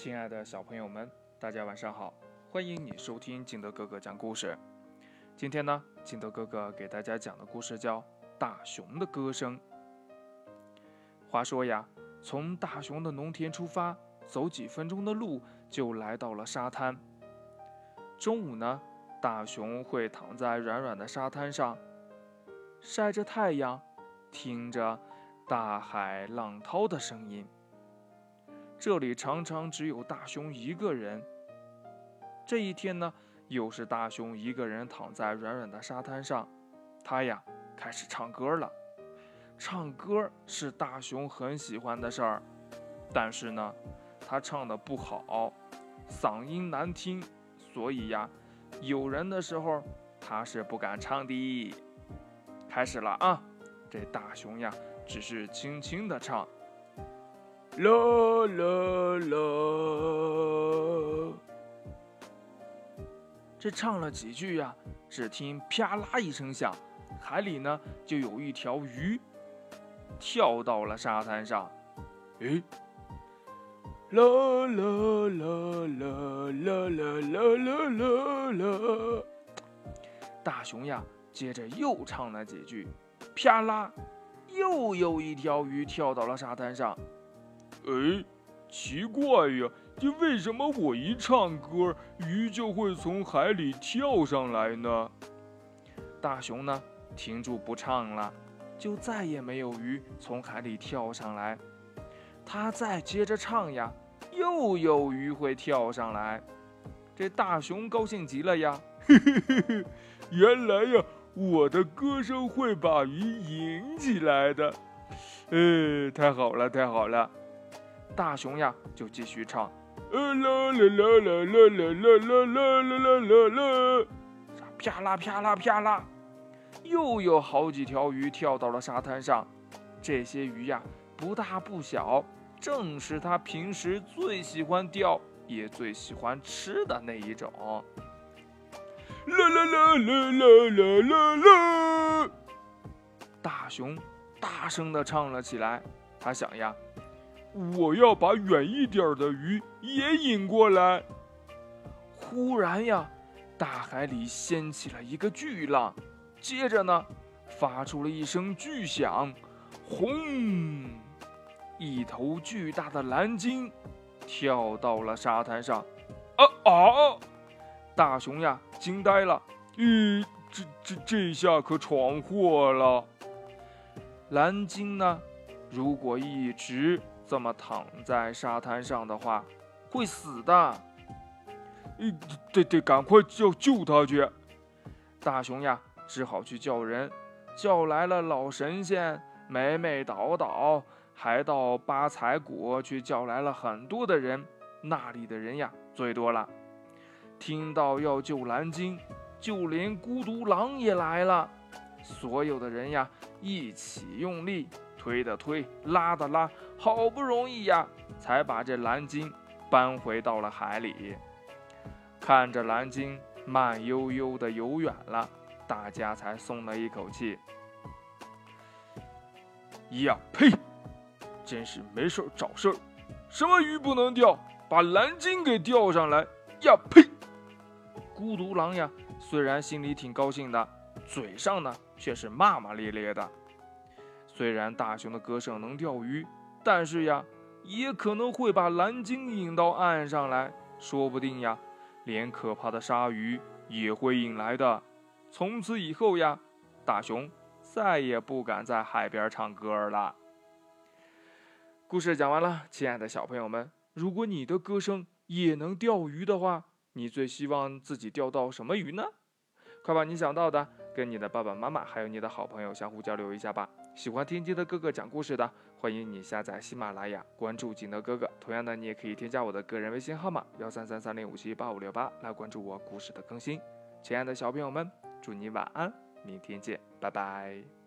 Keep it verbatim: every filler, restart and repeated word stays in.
亲爱的小朋友们，大家晚上好，欢迎你收听金德哥哥讲故事。今天呢，金德哥哥给大家讲的故事叫《大熊的歌声》。话说呀，从大熊的农田出发，走几分钟的路就来到了沙滩。中午呢，大熊会躺在软软的沙滩上，晒着太阳，听着大海浪涛的声音。这里常常只有大熊一个人。这一天呢，又是大熊一个人躺在软软的沙滩上，他呀开始唱歌了。唱歌是大熊很喜欢的事儿，但是呢，他唱得不好，嗓音难听，所以呀，有人的时候他是不敢唱的。开始了啊，这大熊呀只是轻轻地唱。啦啦啦！这唱了几句呀，只听啪啦一声响，海里呢就有一条鱼跳到了沙滩上。诶，啦啦啦啦啦啦啦啦啦啦！大熊呀，接着又唱了几句，啪啦，又有一条鱼跳到了沙滩上。哎，奇怪呀，这为什么我一唱歌，鱼就会从海里跳上来呢？大熊呢，停住不唱了，就再也没有鱼从海里跳上来。他再接着唱呀，又有鱼会跳上来。这大熊高兴极了呀，嘿嘿嘿嘿，原来呀，我的歌声会把鱼引起来的。哎，太好了，太好了。大熊呀，就继续唱，呃啦啦啦啦啦啦啦啦啦啦啦，啪啦啪啦啪啦，又有好几条鱼跳到了沙滩上。这些鱼呀，不大不小，正是他平时最喜欢钓，也最喜欢吃的那一种。啦啦啦啦啦啦啦啦，大熊大声地唱了起来。他想呀，我要把远一点的鱼也引过来。忽然呀，大海里掀起了一个巨浪，接着呢，发出了一声巨响，轰！一头巨大的蓝鲸跳到了沙滩上。啊啊！大熊呀，惊呆了，咦，这这这下可闯祸了。蓝鲸呢，如果一直这么躺在沙滩上的话，会死的。得得赶快叫救他去。大熊呀，只好去叫人，叫来了老神仙、美美岛岛，还到八彩谷去叫来了很多的人。那里的人呀，最多了。听到要救蓝鲸，就连孤独狼也来了。所有的人呀，一起用力，推的推，拉的拉，好不容易呀，才把这蓝鲸搬回到了海里。看着蓝鲸慢悠悠地游远了，大家才松了一口气。呀呸！真是没事找事儿！什么鱼不能钓，把蓝鲸给钓上来！呀呸！孤独狼呀，虽然心里挺高兴的，嘴上呢却是骂骂咧咧的。虽然大熊的歌声能钓鱼，但是呀，也可能会把蓝鲸引到岸上来，说不定呀，连可怕的鲨鱼也会引来的。从此以后呀，大熊再也不敢在海边唱歌了。故事讲完了，亲爱的小朋友们，如果你的歌声也能钓鱼的话，你最希望自己钓到什么鱼呢？快把你想到的跟你的爸爸妈妈还有你的好朋友相互交流一下吧。喜欢听金德哥哥讲故事的，欢迎你下载喜马拉雅，关注金德哥哥。同样的，你也可以添加我的个人微信号码幺三三三零五七八五六八来关注我故事的更新。亲爱的小朋友们，祝你晚安，明天见，拜拜。